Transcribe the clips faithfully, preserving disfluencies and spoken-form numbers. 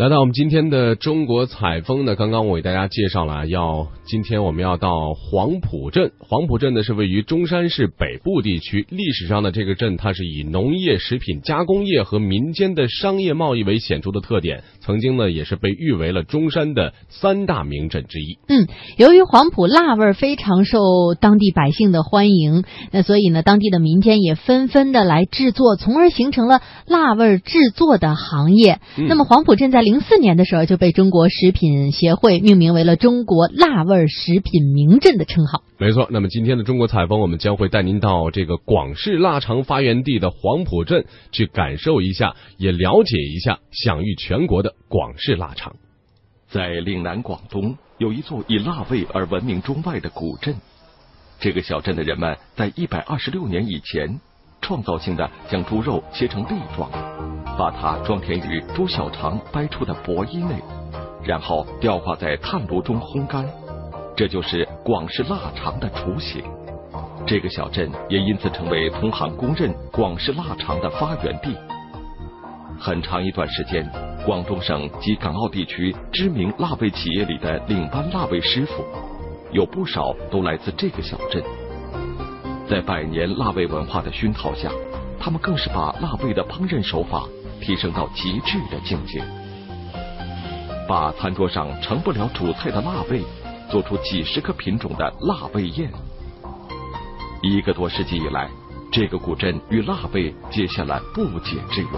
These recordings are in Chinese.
来到我们今天的中国采风呢，刚刚我给大家介绍了，要今天我们要到黄埔镇。黄埔镇呢是位于中山市北部地区，历史上的这个镇它是以农业、食品加工业和民间的商业贸易为显著的特点，曾经呢也是被誉为了中山的三大名镇之一。 嗯，由于黄埔辣味非常受当地百姓的欢迎，那所以呢当地的民间也纷纷的来制作，从而形成了辣味制作的行业。嗯、那么黄埔镇在零四年的时候就被中国食品协会命名为了中国辣味食品名镇的称号。 没错，那么今天的中国采风，我们将会带您到这个广式腊肠发源地的黄埔镇去感受一下，也了解一下享誉全国的广式腊肠。 在岭南广东有一座以腊味而闻名中外的古镇，这个小镇的人们在一百二十六年以前创造性的将猪肉切成粒状，把它装填于猪小肠掰出的薄衣内，然后吊挂在炭炉中烘干，这就是广式腊肠的雏形。这个小镇也因此成为同行公认广式腊肠的发源地。很长一段时间，广东省及港澳地区知名腊味企业里的领班腊味师傅有不少都来自这个小镇。在百年腊味文化的熏陶下，他们更是把腊味的烹饪手法提升到极致的境界，把餐桌上盛不了主菜的腊味做出几十个品种的腊味宴。一个多世纪以来，这个古镇与腊味结下了不解之缘。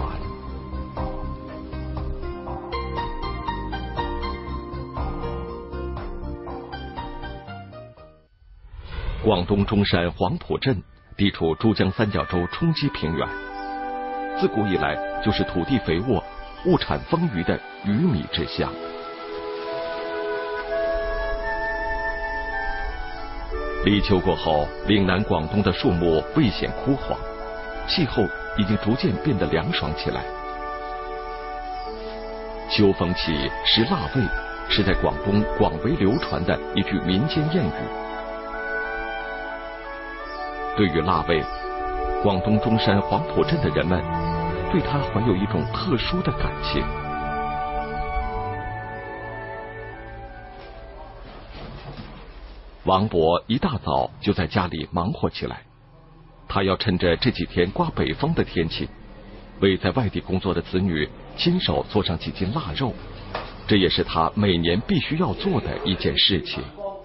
广东中山黄埔镇地处珠江三角洲冲积平原，自古以来就是土地肥沃、物产丰腴的鱼米之乡。立秋过后，岭南广东的树木未显枯黄，气候已经逐渐变得凉爽起来。秋风起，食腊味是在广东广为流传的一句民间谚语。对于腊味，广东中山黄埔镇的人们对它怀有一种特殊的感情。王伯一大早就在家里忙活起来，他要趁着这几天刮北风的天气，为在外地工作的子女亲手做上几斤腊肉，这也是他每年必须要做的一件事情。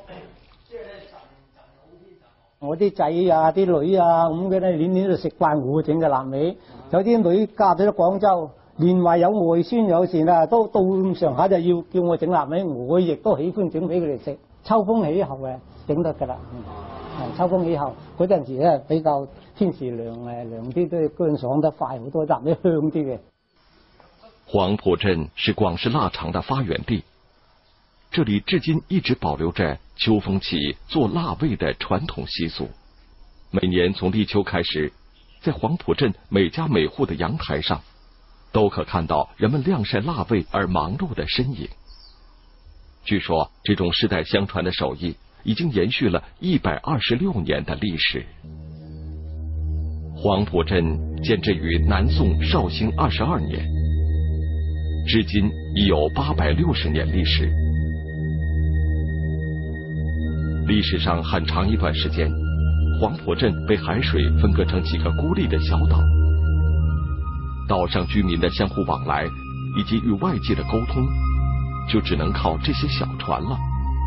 我啲仔啊、啲女啊咁嘅咧，年年都食慣我整嘅臘味。有啲女嫁咗廣州，連埋有外孫有時啦，都到咁上下就要叫我整臘味，我亦都喜歡整俾佢哋食。秋風起後嘅整得㗎啦，嗯，秋風起後嗰陣時咧比較天時涼誒涼啲，都乾爽得快好多，臘味香啲嘅。 黃埔鎮是廣式臘腸的發源地，這裡至今一直保留着秋風起做臘味的傳統習俗。每年從立秋開始，在黃埔鎮每家每戶的陽台上，都可看到人們晾曬臘味而忙碌的身影。據說，這種世代相傳的手藝已經延續了一百二十六年的歷史。黃埔鎮建制於南宋紹興二十二年，至今已有八百六十年歷史。歷史上很長一段時間，黃埔鎮被海水分割成幾個孤立的小島，島上居民的相互往來以及與外界的溝通，就只能靠這些小船了。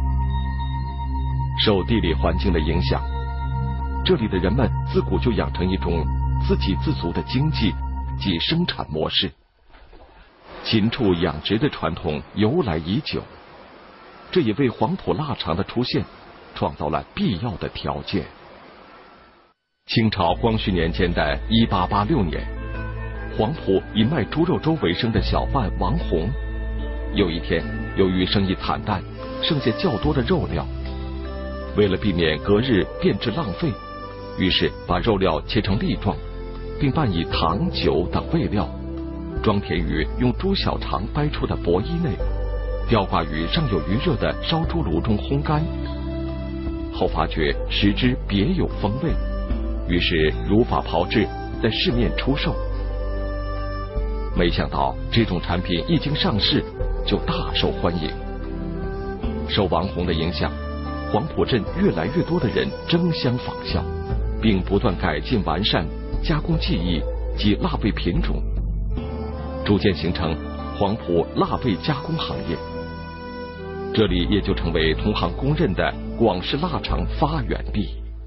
受地理環境的影響，這裡的人們自古就養成一種自給自足的經濟及生產模式，禽畜養殖的傳統由來已久，這也為黃埔臘腸的出現創造了必要的條件。清朝光緒年間的一八八六年，黃埔以賣豬肉粥為生的小販王洪，有一天由於生意慘淡，剩下較多的肉料，為了避免隔日變質浪費，於是把肉料切成粒狀，並拌以糖、酒等味料，裝填於用豬小腸掰出的薄衣內，吊掛於尚有餘熱的燒豬爐中烘乾。後發覺食之別有風味，於是如法炮製，在市面出售。 没想到这种产品一经上市就大受欢迎。受王红的影响，黄埔镇越来越多的人争相仿效，并不断改进完善加工技艺及腊味品种，逐渐形成黄埔腊味加工行业。这里也就成为同行公认的广式腊肠发源地。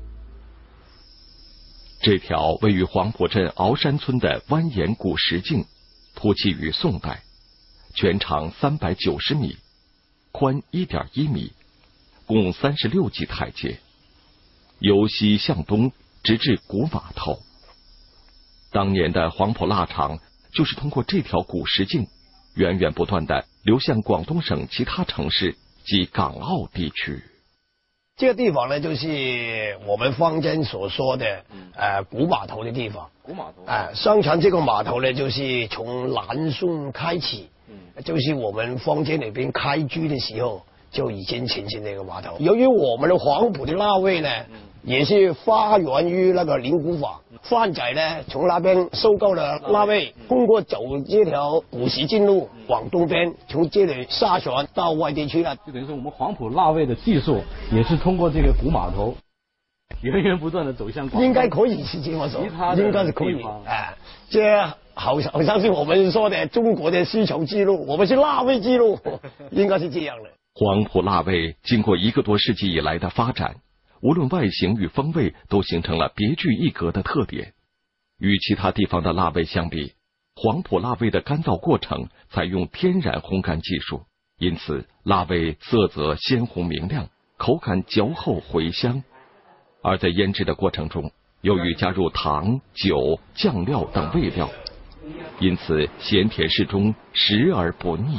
这条位于黄埔镇鳌山村的蜿蜒古石径，铺砌于宋代，全长三百九十米，宽一点一米，共三十六级台阶，由西向东直至古码头。当年的黄埔腊肠就是通过这条古石径，源源不断地流向广东省其他城市及港澳地区。 这个地方呢，就是我们坊间所说的呃古码头的地方。 古码头。 哎、呃，相传这个码头呢，就是从南宋开启，嗯，就是我们坊间里边开居的时候就已经形成这个码头。由于我们的黄埔的腊味呢，嗯，也是发源于那个灵谷坊，贩仔呢从那边收购了腊味，通过走这条古石径路往东边，从这里下船到外地去了。 就等于说我们黄埔腊味的技术也是通过这个古码头源源不断的走向广东， 应该可以是这么说，应该是可以。哎，这好好像是我们说的中国的丝绸之路，我们是腊味之路，应该是这样的。 黄埔腊味经过一个多世纪以来的发展，无论外形与风味都形成了别具一格的特点。与其他地方的腊味相比，黄埔腊味的干燥过程采用天然烘干技术，因此腊味色泽鲜红明亮，口感嚼厚回香。而在腌制的过程中，由于加入糖、酒、酱料等味料，因此咸甜适中，食而不腻。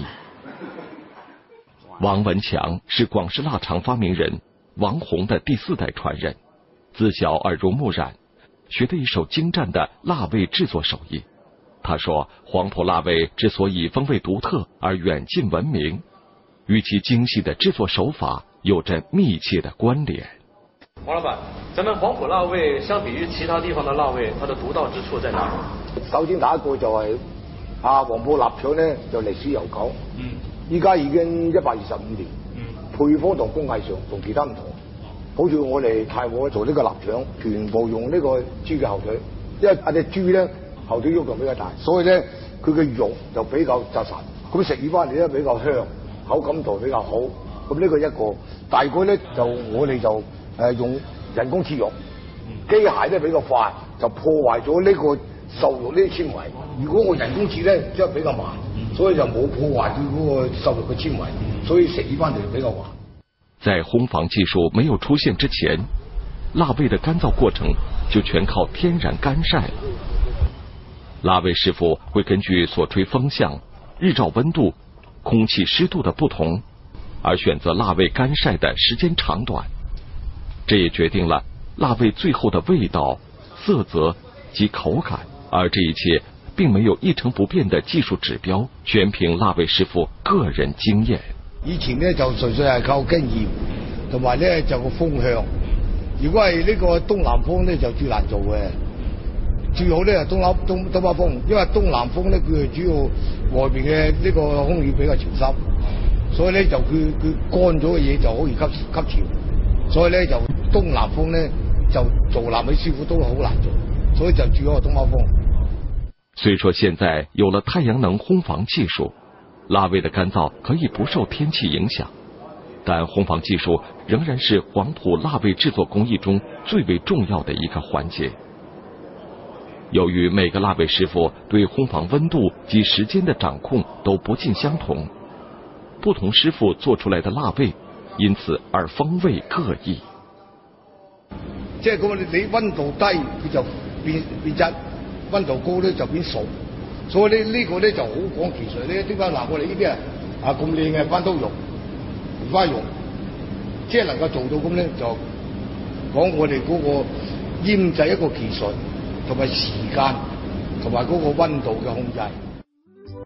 王文强是广式腊肠发明人王红的第四代传人，自小耳濡目染，学得一手精湛的腊味制作手艺。他说，黄埔腊味之所以风味独特而远近闻名，与其精细的制作手法有着密切的关联。 王老板，咱们黄埔腊味相比于其他地方的腊味，它的独到之处在哪里？ 首先第一個就係啊黃埔臘腸咧，就歷史悠久，嗯，依家已經一百二十五年，嗯，配方同工藝上同其他唔同。好似我哋太和做呢個臘腸，全部用呢個豬嘅後腿，因為啊隻豬咧後腿喐動比較大，所以咧佢嘅肉就比較紮實，咁食起翻嚟咧比較香，口感度比較好。咁呢個一個，第二個咧就我哋就誒用人工切肉，機械咧比較快，就破壞咗呢個瘦肉呢啲纖維。如果我人工切咧，即係比較慢，所以就冇破壞到嗰個瘦肉嘅纖維，所以食起翻嚟就比較滑。 在烘房技术没有出现之前，腊味的干燥过程就全靠天然干晒了。腊味师傅会根据所吹风向、日照温度、空气湿度的不同，而选择腊味干晒的时间长短，这也决定了腊味最后的味道、色泽及口感。而这一切并没有一成不變的技術指標，全憑臘味師傅個人經驗。 以前呢就純粹係靠經驗，同埋呢就個風向。如果係呢個東南風呢就最難做嘅，最好呢係東南東東北風，因為東南風呢佢主要外邊嘅呢個空氣比較潮濕，所以呢就佢佢乾咗嘅嘢就好易吸吸潮，所以呢就東南風呢就做臘味師傅都好難做，所以就最好係東北風。 虽说现在有了太阳能烘房技术，腊味的干燥可以不受天气影响，但烘房技术仍然是黄埔腊味制作工艺中最为重要的一个环节。由于每个腊味师傅对烘房温度及时间的掌控都不尽相同，不同师傅做出来的腊味因此而风味各异。 即係咁，你温度低佢就變變質。温度高咧就變熟，所以呢呢個咧就好講技術咧。點解嗱？我哋呢啲啊啊咁靚嘅番刀肉、梅花肉，即係能夠做到咁咧，就講我哋嗰個醃製一個技術，同埋時間，同埋嗰個温度嘅控制。